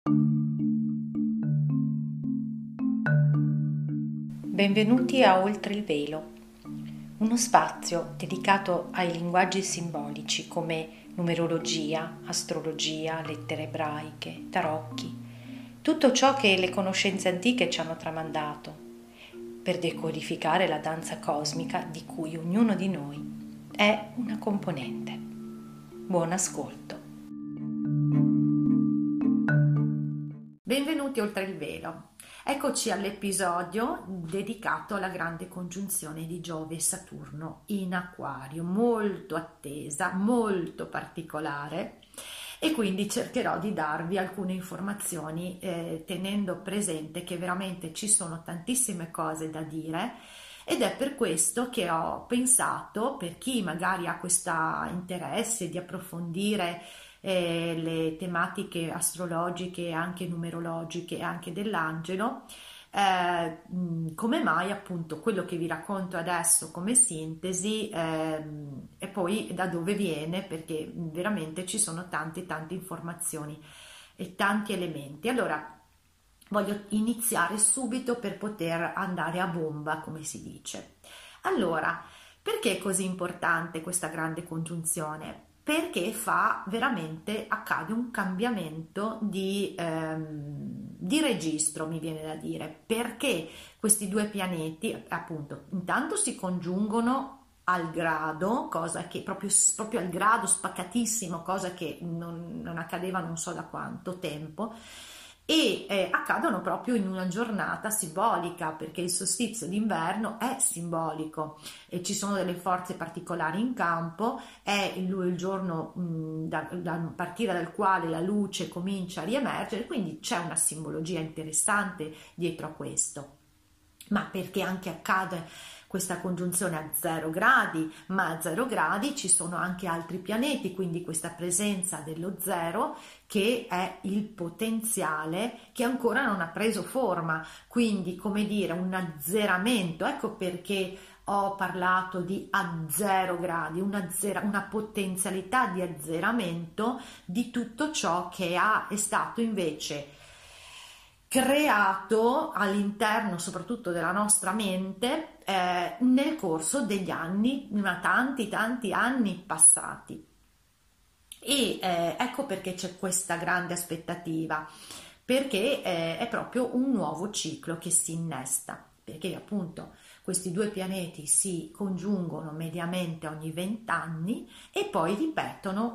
Benvenuti a Oltre il Velo, uno spazio dedicato ai linguaggi simbolici come numerologia, astrologia, lettere ebraiche, tarocchi, tutto ciò che le conoscenze antiche ci hanno tramandato, per decodificare la danza cosmica di cui ognuno di noi è una componente. Buon ascolto. Benvenuti Oltre il Velo. Eccoci all'episodio dedicato alla grande congiunzione di Giove e Saturno in Acquario, molto attesa, molto particolare, e quindi cercherò di darvi alcune informazioni tenendo presente che veramente ci sono tantissime cose da dire, ed è per questo che ho pensato, per chi magari ha questo interesse di approfondire le tematiche astrologiche e anche numerologiche e anche dell'angelo, come mai appunto quello che vi racconto adesso come sintesi e poi da dove viene, perché veramente ci sono tante informazioni e tanti elementi. Allora voglio iniziare subito per poter andare a bomba, come si dice. Allora, perché è così importante questa grande congiunzione? Perché accade un cambiamento di registro, mi viene da dire, perché questi due pianeti appunto intanto si congiungono al grado, cosa che proprio al grado spaccatissimo, cosa che non accadeva non so da quanto tempo, e accadono proprio in una giornata simbolica, perché il solstizio d'inverno è simbolico e ci sono delle forze particolari in campo, è il giorno da partire dal quale la luce comincia a riemergere, quindi c'è una simbologia interessante dietro a questo. Ma perché anche accade questa congiunzione a 0 gradi, ma a 0 gradi ci sono anche altri pianeti, quindi questa presenza dello zero che è il potenziale che ancora non ha preso forma, quindi come dire un azzeramento. Ecco perché ho parlato di a 0 gradi, una potenzialità di azzeramento di tutto ciò che è stato invece creato all'interno soprattutto della nostra mente nel corso degli anni, ma tanti anni passati. E ecco perché c'è questa grande aspettativa, perché è proprio un nuovo ciclo che si innesta, perché appunto questi due pianeti si congiungono mediamente ogni 20 anni e poi ripetono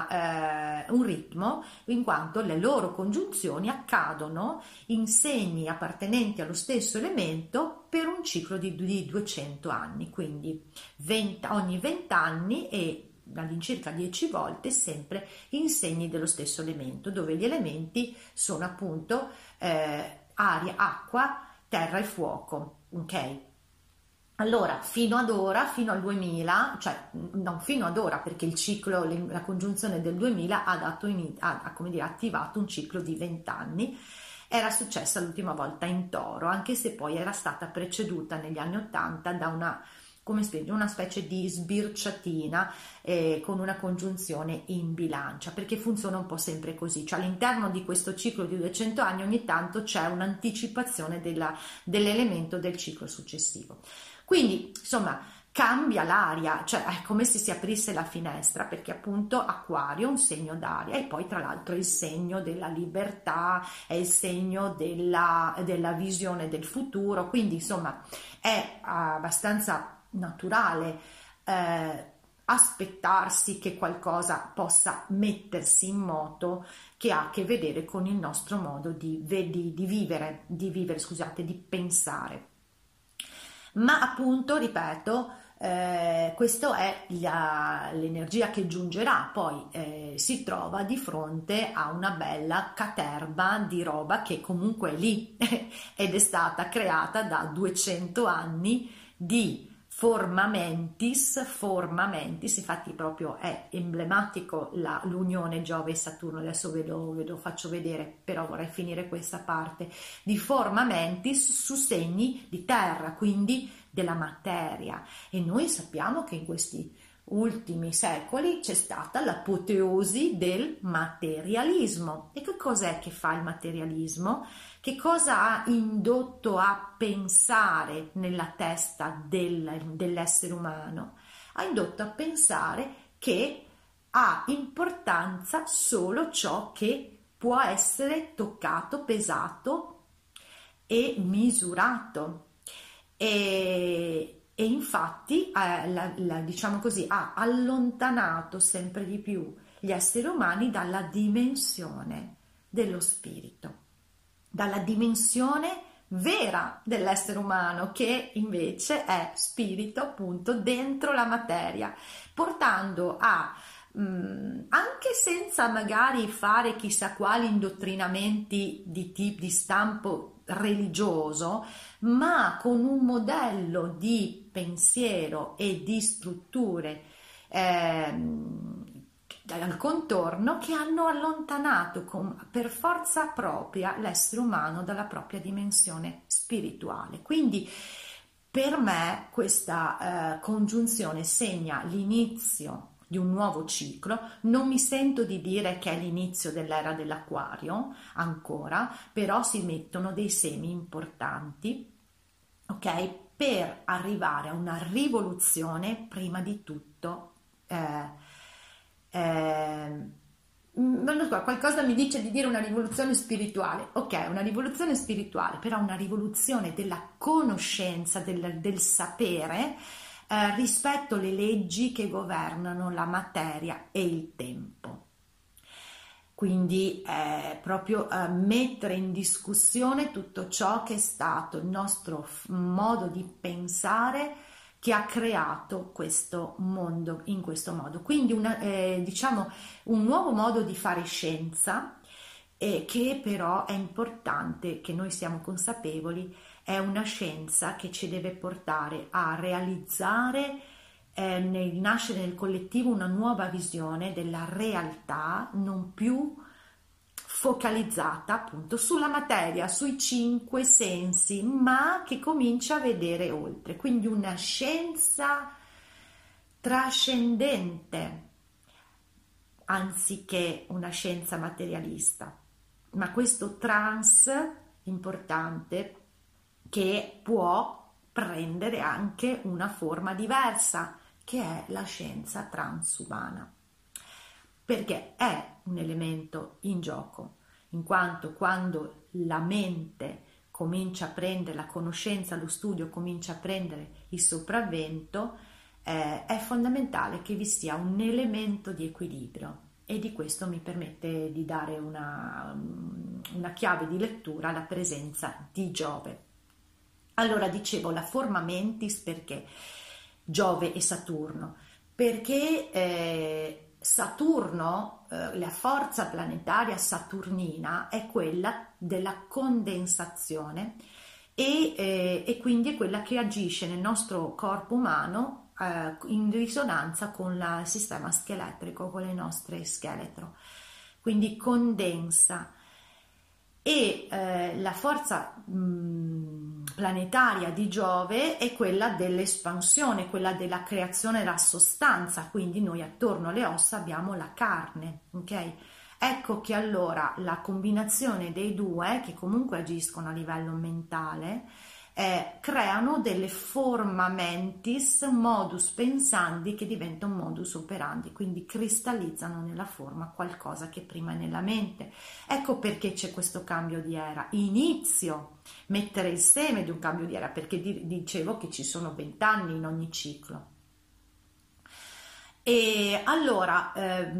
un ritmo, in quanto le loro congiunzioni accadono in segni appartenenti allo stesso elemento per un ciclo di 200 anni, quindi ogni 20 anni e all'incirca 10 volte sempre in segni dello stesso elemento, dove gli elementi sono appunto aria, acqua, terra e fuoco, ok? Allora, fino ad ora, fino al 2000, cioè non fino ad ora, perché il ciclo, la congiunzione del 2000 come dire, attivato un ciclo di 20 anni, era successa l'ultima volta in Toro, anche se poi era stata preceduta negli anni 80 da una specie di sbirciatina con una congiunzione in bilancia, perché funziona un po' sempre così, cioè all'interno di questo ciclo di 200 anni ogni tanto c'è un'anticipazione dell'elemento del ciclo successivo. Quindi, insomma, cambia l'aria, cioè è come se si aprisse la finestra, perché appunto Acquario è un segno d'aria e poi tra l'altro è il segno della libertà, è il segno della visione del futuro, quindi insomma è abbastanza naturale aspettarsi che qualcosa possa mettersi in moto che ha a che vedere con il nostro modo di vivere, scusate, di pensare. Ma appunto, ripeto, questa è l'energia che giungerà, poi si trova di fronte a una bella caterba di roba che comunque è lì ed è stata creata da 200 anni di forma mentis, infatti proprio è emblematico l'unione Giove e Saturno, adesso ve lo faccio vedere, però vorrei finire questa parte, di forma mentis su segni di terra, quindi della materia, e noi sappiamo che in questi ultimi secoli c'è stata l'apoteosi del materialismo. E che cos'è che fa il materialismo? Che cosa ha indotto a pensare nella testa dell'essere umano? Ha indotto a pensare che ha importanza solo ciò che può essere toccato, pesato e misurato. E infatti, diciamo così, ha allontanato sempre di più gli esseri umani dalla dimensione dello spirito, dalla dimensione vera dell'essere umano, che invece è spirito, appunto, dentro la materia, portando a anche senza magari fare chissà quali indottrinamenti di stampo religioso, ma con un modello di pensiero e di strutture al contorno, che hanno allontanato per forza propria l'essere umano dalla propria dimensione spirituale. Quindi per me questa congiunzione segna l'inizio di un nuovo ciclo. Non mi sento di dire che è l'inizio dell'era dell'Acquario ancora, però si mettono dei semi importanti, ok, per arrivare a una rivoluzione, prima di tutto. Non lo so, qualcosa mi dice di dire una rivoluzione spirituale. Ok, una rivoluzione spirituale, però una rivoluzione della conoscenza, del sapere, rispetto alle leggi che governano la materia e il tempo. Quindi proprio mettere in discussione tutto ciò che è stato il nostro modo di pensare, che ha creato questo mondo in questo modo. Quindi diciamo un nuovo modo di fare scienza, che però è importante che noi siamo consapevoli, è una scienza che ci deve portare a realizzare, nascere nel collettivo una nuova visione della realtà, non più focalizzata appunto sulla materia, sui 5 sensi, ma che comincia a vedere oltre. Quindi una scienza trascendente, anziché una scienza materialista. Ma questo trans importante, che può prendere anche una forma diversa, che è la scienza transumana, perché è un elemento in gioco, in quanto quando la mente comincia a prendere la conoscenza, lo studio comincia a prendere il sopravvento, è fondamentale che vi sia un elemento di equilibrio, e di questo mi permette di dare una chiave di lettura alla presenza di Giove. Allora, dicevo la forma mentis, perché Giove e Saturno? Perché Saturno, la forza planetaria saturnina, è quella della condensazione e quindi è quella che agisce nel nostro corpo umano in risonanza con il sistema scheletrico, con le nostre scheletro, quindi condensa. E la forza planetaria di Giove è quella dell'espansione, quella della creazione della sostanza, quindi noi attorno alle ossa abbiamo la carne, ok? Ecco che allora la combinazione dei due, che comunque agiscono a livello mentale, creano delle forma mentis, modus pensandi, che diventa un modus operandi, quindi cristallizzano nella forma qualcosa che prima è nella mente. Ecco perché c'è questo cambio di era, inizio, mettere il seme di un cambio di era, perché dicevo che ci sono 20 anni in ogni ciclo. E allora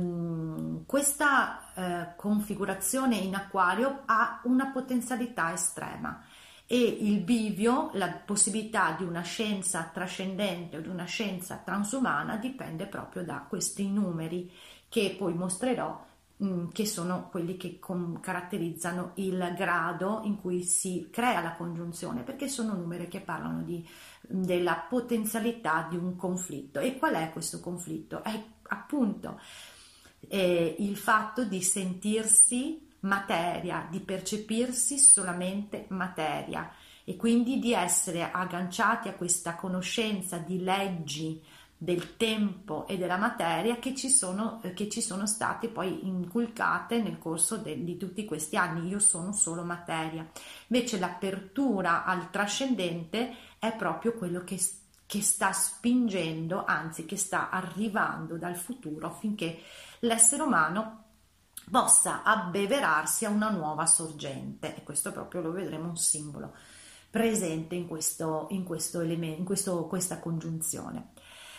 questa configurazione in Acquario ha una potenzialità estrema, e il bivio, la possibilità di una scienza trascendente o di una scienza transumana, dipende proprio da questi numeri che poi mostrerò, che sono quelli che caratterizzano il grado in cui si crea la congiunzione, perché sono numeri che parlano della potenzialità di un conflitto. E qual è questo conflitto? È appunto il fatto di sentirsi materia, di percepirsi solamente materia, e quindi di essere agganciati a questa conoscenza di leggi del tempo e della materia che ci sono state poi inculcate nel corso di tutti questi anni. Io sono solo materia. Invece l'apertura al trascendente è proprio quello che sta spingendo, anzi che sta arrivando dal futuro affinché l'essere umano possa abbeverarsi a una nuova sorgente, e questo proprio lo vedremo un simbolo presente in questo elemento, questa congiunzione.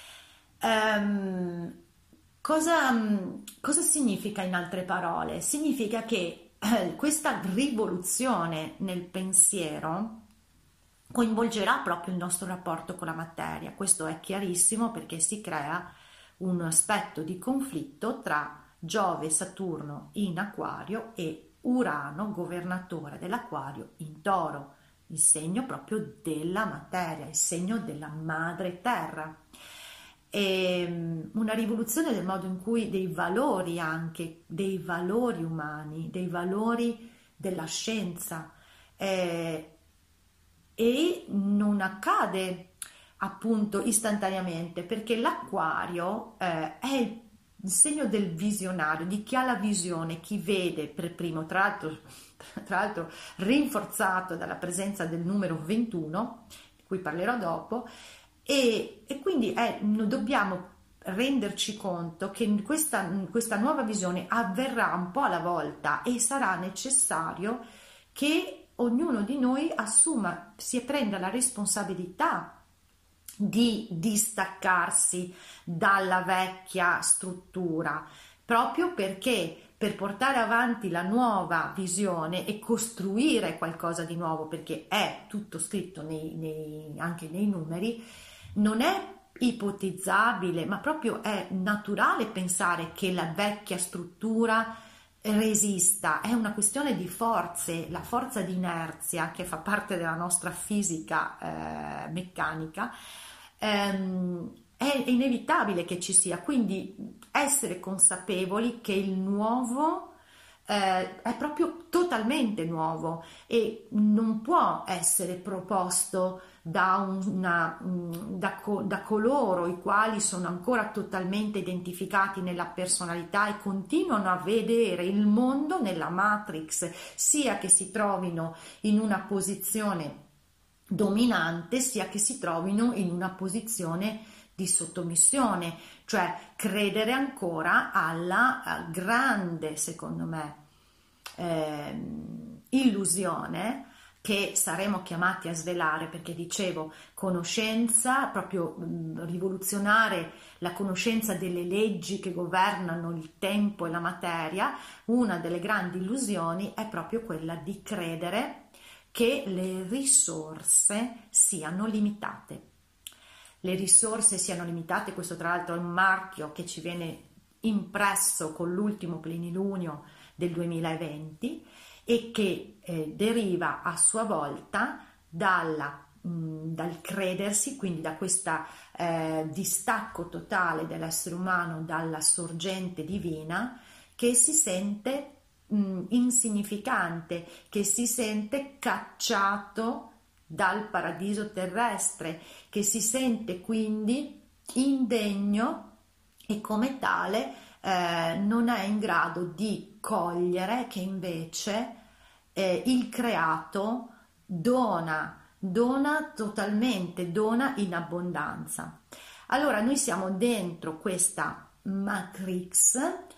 Cosa significa in altre parole? Significa che questa rivoluzione nel pensiero coinvolgerà proprio il nostro rapporto con la materia. Questo è chiarissimo perché si crea un aspetto di conflitto tra Giove e Saturno in Acquario e Urano, governatore dell'Acquario, in Toro, il segno proprio della materia, il segno della madre terra. E una rivoluzione del modo in cui dei valori, anche dei valori umani, dei valori della scienza, e non accade appunto istantaneamente, perché l'Acquario è il segno del visionario, di chi ha la visione, chi vede per primo, tra l'altro rinforzato dalla presenza del numero 21, di cui parlerò dopo, e quindi dobbiamo renderci conto che questa nuova visione avverrà un po' alla volta e sarà necessario che ognuno di noi prenda la responsabilità di distaccarsi dalla vecchia struttura, proprio perché per portare avanti la nuova visione e costruire qualcosa di nuovo, perché è tutto scritto anche nei numeri, non è ipotizzabile, ma proprio è naturale pensare che la vecchia struttura resista. È una questione di forze, la forza di inerzia che fa parte della nostra fisica meccanica, è inevitabile che ci sia, quindi essere consapevoli che il nuovo è proprio totalmente nuovo e non può essere proposto da coloro i quali sono ancora totalmente identificati nella personalità e continuano a vedere il mondo nella matrix, sia che si trovino in una posizione dominante, sia che si trovino in una posizione di sottomissione, cioè credere ancora alla grande, secondo me, illusione che saremo chiamati a svelare, perché dicevo, conoscenza, proprio rivoluzionare la conoscenza delle leggi che governano il tempo e la materia. Una delle grandi illusioni è proprio quella di credere che le risorse siano limitate. Le risorse siano limitate, questo tra l'altro è un marchio che ci viene impresso con l'ultimo plenilunio del 2020 e che deriva a sua volta dal credersi, quindi da questo distacco totale dell'essere umano dalla sorgente divina, che si sente insignificante, che si sente cacciato dal paradiso terrestre, che si sente quindi indegno e come tale non è in grado di cogliere che invece il creato dona totalmente, dona in abbondanza. Allora noi siamo dentro questa matrix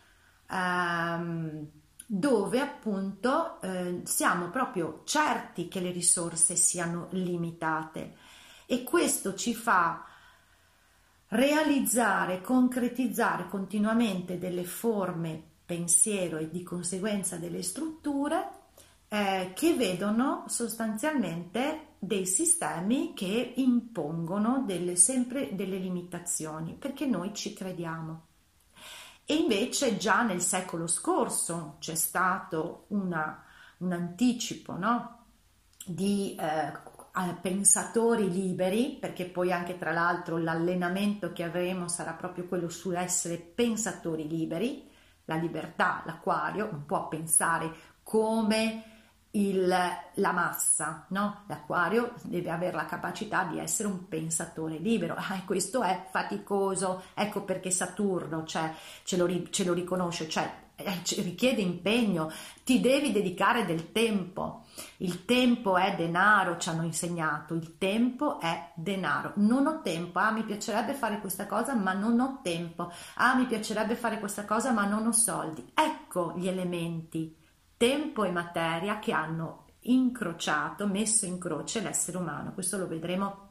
dove appunto siamo proprio certi che le risorse siano limitate, e questo ci fa realizzare, concretizzare continuamente delle forme pensiero e di conseguenza delle strutture che vedono sostanzialmente dei sistemi che impongono sempre delle limitazioni, perché noi ci crediamo. E invece già nel secolo scorso c'è stato un anticipo, no? Di pensatori liberi, perché poi anche tra l'altro l'allenamento che avremo sarà proprio quello su essere pensatori liberi. La libertà, l'Acquario non può pensare come la massa, no? L'Acquario deve avere la capacità di essere un pensatore libero, e questo è faticoso, ecco perché Saturno, cioè, ce lo riconosce, cioè richiede impegno, ti devi dedicare del tempo. Il tempo è denaro, ci hanno insegnato, il tempo è denaro. Non ho tempo, mi piacerebbe fare questa cosa ma non ho tempo, mi piacerebbe fare questa cosa ma non ho soldi. Ecco gli elementi, tempo e materia, che hanno incrociato, messo in croce l'essere umano. Questo lo vedremo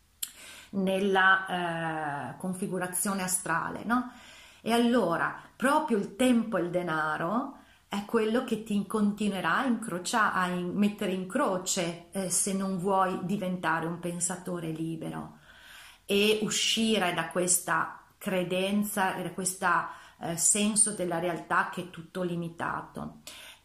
nella configurazione astrale, no? E allora proprio il tempo e il denaro è quello che ti continuerà a mettere in croce, se non vuoi diventare un pensatore libero e uscire da questa credenza e da questo senso della realtà che è tutto limitato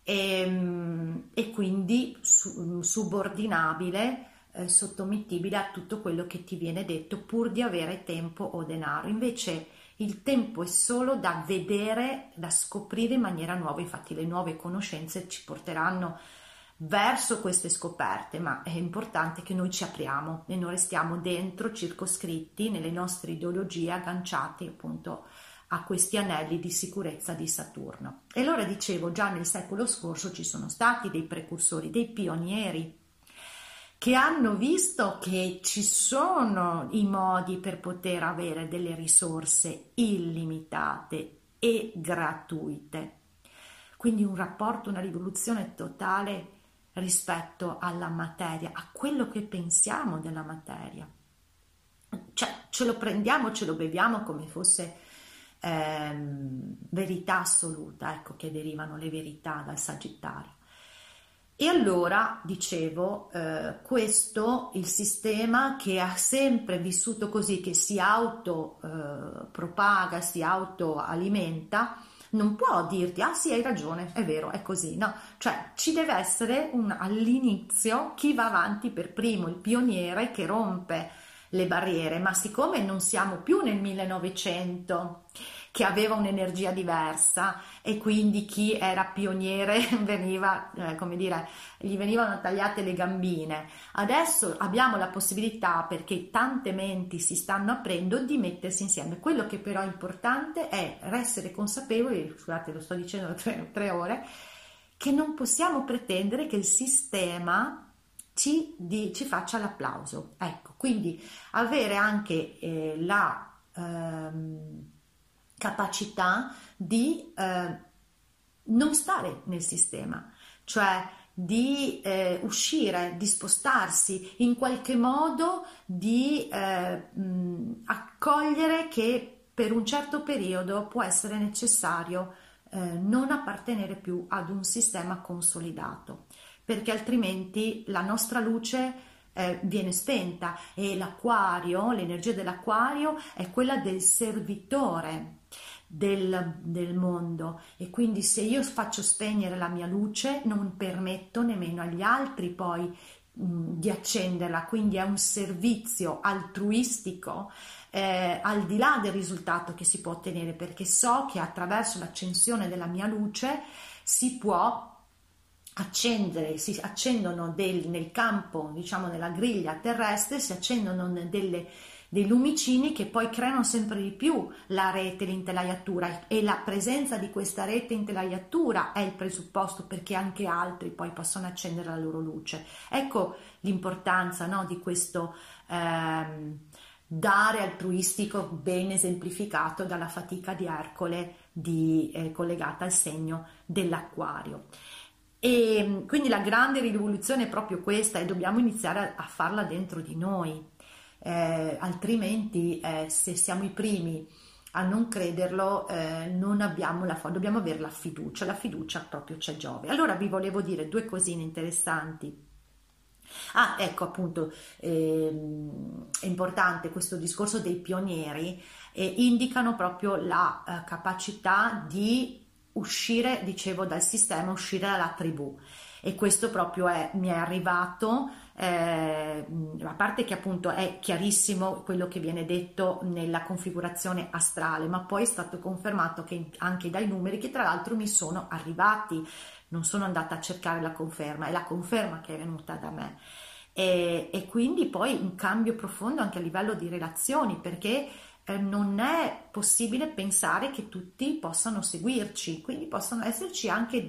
e quindi subordinabile, sottomettibile a tutto quello che ti viene detto pur di avere tempo o denaro. Invece il tempo è solo da vedere, da scoprire in maniera nuova. Infatti le nuove conoscenze ci porteranno verso queste scoperte, ma è importante che noi ci apriamo e non restiamo dentro circoscritti nelle nostre ideologie, agganciati appunto a questi anelli di sicurezza di Saturno. E allora dicevo, già nel secolo scorso ci sono stati dei precursori, dei pionieri che hanno visto che ci sono i modi per poter avere delle risorse illimitate e gratuite. Quindi un rapporto, una rivoluzione totale rispetto alla materia, a quello che pensiamo della materia. Cioè ce lo prendiamo, ce lo beviamo come fosse verità assoluta, ecco che derivano le verità dal Sagittario. E allora, dicevo, questo, il sistema che ha sempre vissuto così, che si propaga, si autoalimenta, non può dirti, ah sì, hai ragione, è vero, è così, no? Cioè ci deve essere all'inizio chi va avanti per primo, il pioniere che rompe le barriere, ma siccome non siamo più nel 1900 che aveva un'energia diversa e quindi chi era pioniere veniva, come dire, gli venivano tagliate le gambine. Adesso abbiamo la possibilità, perché tante menti si stanno aprendo, di mettersi insieme. Quello che però è importante è essere consapevoli, scusate lo sto dicendo da tre ore, che non possiamo pretendere che il sistema ci faccia l'applauso. Ecco, quindi avere anche la capacità di non stare nel sistema, cioè di uscire, di spostarsi, in qualche modo di accogliere che per un certo periodo può essere necessario non appartenere più ad un sistema consolidato, perché altrimenti la nostra luce viene spenta, e l'acquario, l'energia dell'acquario è quella del servitore del mondo, e quindi se io faccio spegnere la mia luce non permetto nemmeno agli altri poi di accenderla, quindi è un servizio altruistico al di là del risultato che si può ottenere, perché so che attraverso l'accensione della mia luce si può accendere, si accendono nel campo, diciamo nella griglia terrestre, si accendono dei lumicini che poi creano sempre di più la rete, l'intelaiatura, e la presenza di questa rete intelaiatura è il presupposto perché anche altri poi possono accendere la loro luce. Ecco l'importanza, no, di questo dare altruistico, ben esemplificato dalla fatica di Ercole collegata al segno dell'Acquario. E quindi la grande rivoluzione è proprio questa, e dobbiamo iniziare a farla dentro di noi, altrimenti se siamo i primi a non crederlo, non abbiamo dobbiamo avere la fiducia proprio c'è Giove. Allora vi volevo dire due cosine interessanti. Ecco appunto, è importante questo discorso dei pionieri, indicano proprio la capacità di uscire, dicevo, dal sistema, uscire dalla tribù, e questo proprio mi è arrivato a parte che appunto è chiarissimo quello che viene detto nella configurazione astrale, ma poi è stato confermato che anche dai numeri che tra l'altro mi sono arrivati, non sono andata a cercare la conferma, è la conferma che è venuta da me. E quindi poi un cambio profondo anche a livello di relazioni, perché non è possibile pensare che tutti possano seguirci, quindi possono esserci anche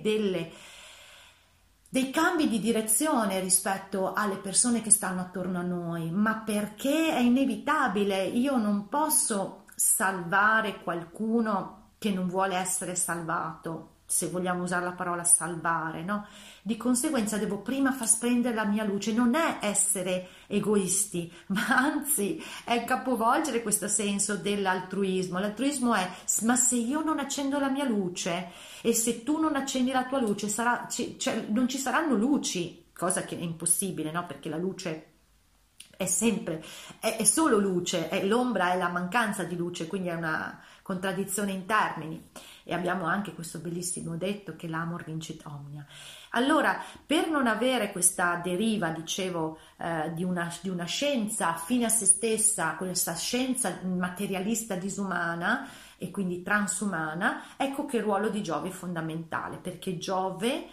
dei cambi di direzione rispetto alle persone che stanno attorno a noi, ma perché è inevitabile, io non posso salvare qualcuno che non vuole essere salvato, se vogliamo usare la parola salvare, no? Di conseguenza devo prima far splendere la mia luce, non è essere egoisti, ma anzi è capovolgere questo senso dell'altruismo. L'altruismo è, ma se io non accendo la mia luce e se tu non accendi la tua luce, cioè, non ci saranno luci, cosa che è impossibile, no? Perché la luce è sempre, è solo luce, l'ombra è la mancanza di luce, quindi è una contraddizione in termini. E abbiamo anche questo bellissimo detto che l'amor vincit omnia. Allora, per non avere questa deriva, dicevo, di una scienza fine a se stessa, questa scienza materialista disumana e quindi transumana, ecco che il ruolo di Giove è fondamentale, perché Giove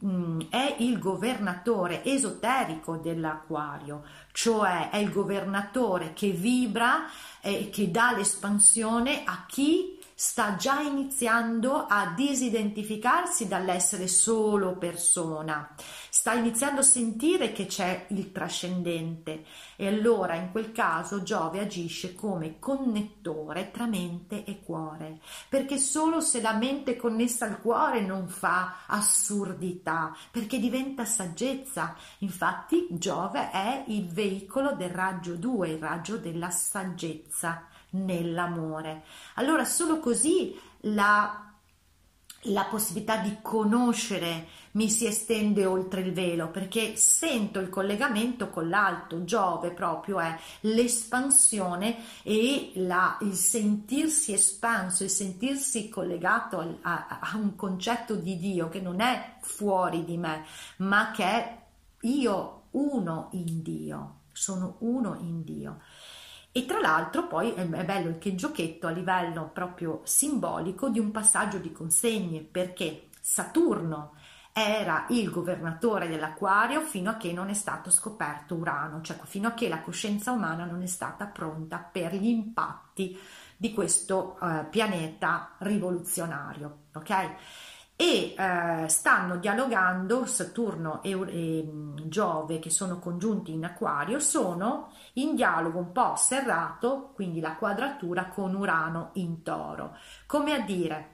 è il governatore esoterico dell'Aquario, cioè è il governatore che vibra e che dà l'espansione a chi sta già iniziando a disidentificarsi dall'essere solo persona, sta iniziando a sentire che c'è il trascendente, e allora in quel caso Giove agisce come connettore tra mente e cuore, perché solo se la mente è connessa al cuore non fa assurdità, perché diventa saggezza. Infatti Giove è il veicolo del raggio 2, il raggio della saggezza nell'amore. Allora solo così la possibilità di conoscere mi si estende oltre il velo, perché sento il collegamento con l'alto. Giove proprio è l'espansione e il sentirsi espanso, il sentirsi collegato a un concetto di Dio che non è fuori di me, ma che è io uno in Dio, sono uno in Dio. E tra l'altro poi è bello che il giochetto a livello proprio simbolico di un passaggio di consegne, perché Saturno era il governatore dell'Aquario fino a che non è stato scoperto Urano, cioè fino a che la coscienza umana non è stata pronta per gli impatti di questo pianeta rivoluzionario, ok? E stanno dialogando Saturno e Giove, che sono congiunti in Acquario, sono in dialogo un po' serrato, quindi la quadratura con Urano in Toro, come a dire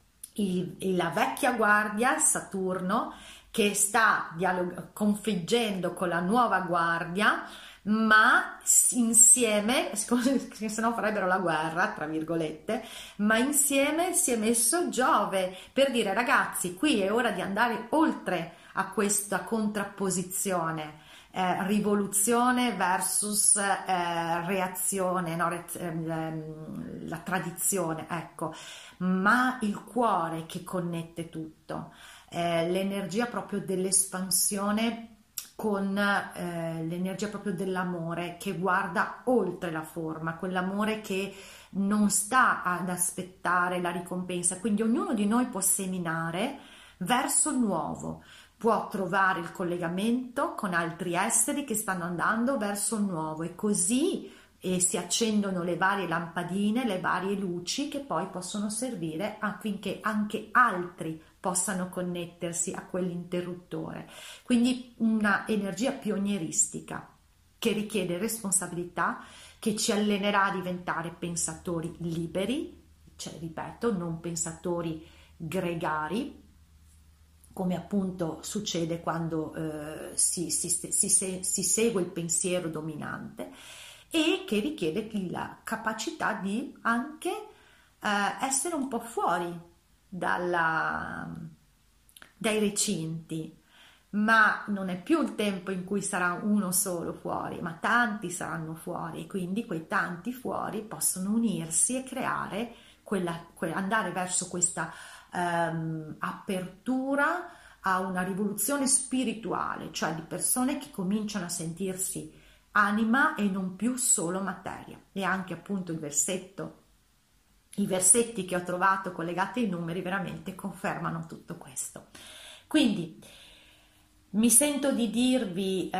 la vecchia guardia Saturno che sta configgendo con la nuova guardia, ma insieme, se no farebbero la guerra, tra virgolette, ma insieme si è messo Giove per dire: ragazzi, qui è ora di andare oltre a questa contrapposizione, rivoluzione versus reazione, no? La tradizione, ecco, ma il cuore che connette tutto, l'energia proprio dell'espansione con l'energia proprio dell'amore che guarda oltre la forma, quell'amore che non sta ad aspettare la ricompensa. Quindi ognuno di noi può seminare verso il nuovo, può trovare il collegamento con altri esseri che stanno andando verso il nuovo, e così si accendono le varie lampadine, le varie luci che poi possono servire affinché anche altri possano connettersi a quell'interruttore. Quindi una energia pionieristica che richiede responsabilità, che ci allenerà a diventare pensatori liberi, cioè ripeto, non pensatori gregari, come appunto succede quando si segue il pensiero dominante, e che richiede la capacità di anche essere un po' fuori dai recinti, ma non è più il tempo in cui sarà uno solo fuori, ma tanti saranno fuori, e quindi quei tanti fuori possono unirsi e creare andare verso questa apertura a una rivoluzione spirituale, cioè di persone che cominciano a sentirsi anima e non più solo materia. E anche appunto i versetti che ho trovato collegati ai numeri veramente confermano tutto questo. Quindi mi sento di dirvi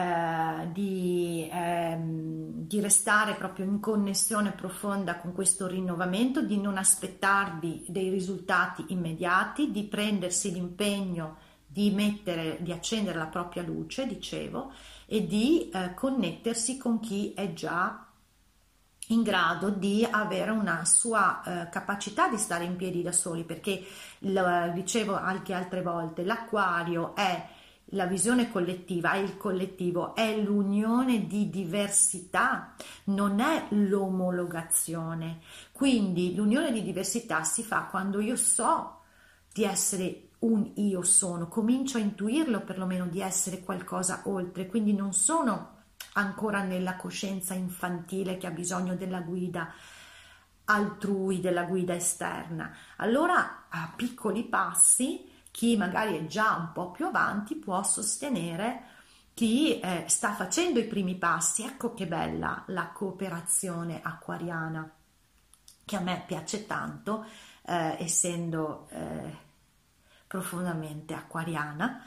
di restare proprio in connessione profonda con questo rinnovamento, di non aspettarvi dei risultati immediati, di prendersi l'impegno di accendere la propria luce, dicevo, e di connettersi con chi è già in grado di avere una sua capacità di stare in piedi da soli, perché dicevo anche altre volte, l'acquario è la visione collettiva, è il collettivo, è l'unione di diversità, non è l'omologazione. Quindi l'unione di diversità si fa quando io so di essere un io sono, comincio a intuirlo perlomeno di essere qualcosa oltre, quindi non sono ancora nella coscienza infantile che ha bisogno della guida altrui, della guida esterna. Allora a piccoli passi chi magari è già un po' più avanti può sostenere chi sta facendo i primi passi. Ecco che bella la cooperazione acquariana, che a me piace tanto, essendo profondamente acquariana,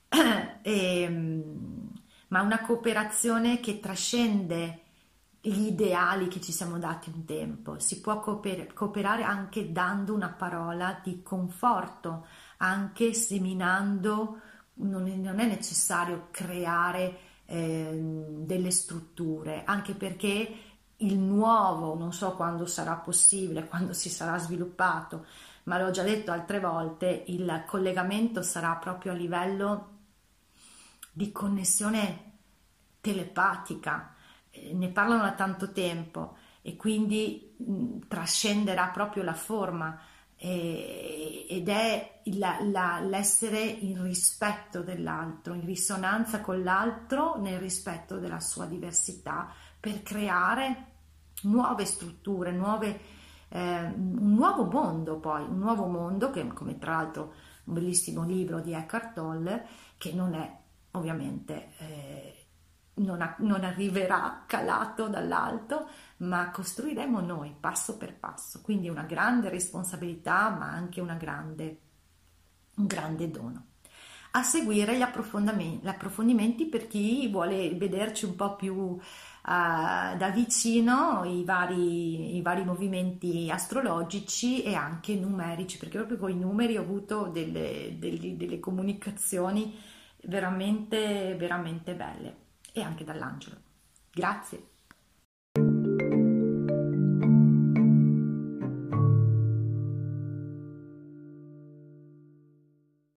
ma una cooperazione che trascende gli ideali che ci siamo dati un tempo. Si può cooperare anche dando una parola di conforto, anche seminando. Non è necessario creare delle strutture, anche perché il nuovo non so quando sarà possibile, quando si sarà sviluppato, ma l'ho già detto altre volte, il collegamento sarà proprio a livello di connessione telepatica. Ne parlano da tanto tempo e quindi trascenderà proprio la forma ed è l'essere in rispetto dell'altro, in risonanza con l'altro, nel rispetto della sua diversità, per creare nuove strutture, un nuovo mondo, poi un nuovo mondo che, come tra l'altro un bellissimo libro di Eckhart Tolle, che non è ovviamente non arriverà calato dall'alto, ma costruiremo noi passo per passo, quindi una grande responsabilità ma anche un grande dono. A seguire gli approfondimenti per chi vuole vederci un po' più da vicino i vari movimenti astrologici e anche numerici, perché proprio con i numeri ho avuto delle comunicazioni veramente, veramente belle, e anche dall'angelo. Grazie.